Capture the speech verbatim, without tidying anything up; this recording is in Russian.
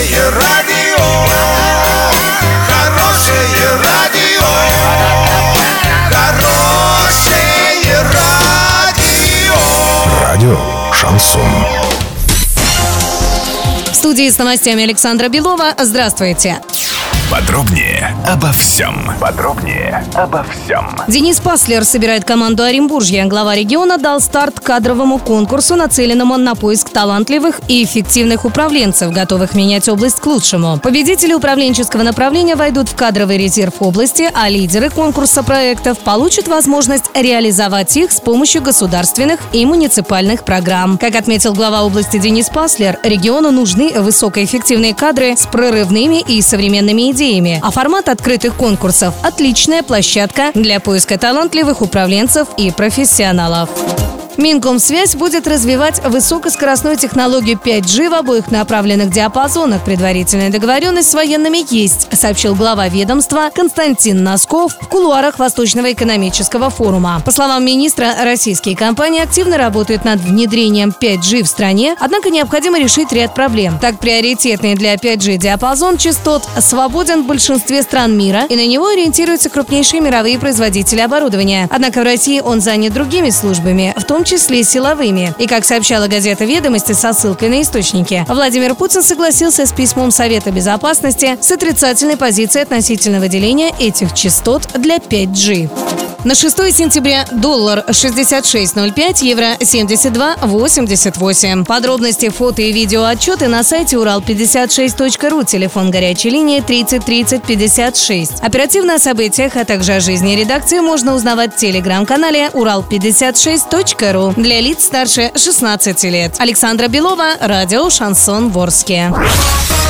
Хорошее радио, хорошее радио, хорошее радио. Радио Шансон. В студии с новостями Александра Белова. Здравствуйте. Подробнее обо всем. Подробнее обо всем. Денис Паслер собирает команду Оренбуржья. Глава региона дал старт кадровому конкурсу, нацеленному на поиск талантливых и эффективных управленцев, готовых менять область к лучшему. Победители управленческого направления войдут в кадровый резерв области, а лидеры конкурса проектов получат возможность реализовать их с помощью государственных и муниципальных программ. Как отметил глава области Денис Паслер, региону нужны высокоэффективные кадры с прорывными и современными идеями. идеями, а формат открытых конкурсов – отличная площадка для поиска талантливых управленцев и профессионалов. Минкомсвязь будет развивать высокоскоростную технологию пять джи в обоих направленных диапазонах. Предварительная договоренность с военными есть, сообщил глава ведомства Константин Носков в кулуарах Восточного экономического форума. По словам министра, российские компании активно работают над внедрением пять джи в стране, однако необходимо решить ряд проблем. Так, приоритетный для пять джи диапазон частот свободен в большинстве стран мира, и на него ориентируются крупнейшие мировые производители оборудования. Однако в России он занят другими службами, в том числе силовыми. И, как сообщала газета «Ведомости» со ссылкой на источники, Владимир Путин согласился с письмом Совета Безопасности с отрицательной позицией относительно выделения этих частот для пять джи. На шестое сентября доллар шестьдесят шесть ноль пять, евро семьдесят два восемьдесят восемь. Подробности, фото и видео отчеты на сайте урал пятьдесят шесть точка ру, телефон горячей линии тридцать тридцать пятьдесят шесть. Оперативно о событиях, а также о жизни редакции можно узнавать в телеграм-канале урал пятьдесят шесть точка ру для лиц старше шестнадцати лет. Александра Белова, радио «Шансон Ворске».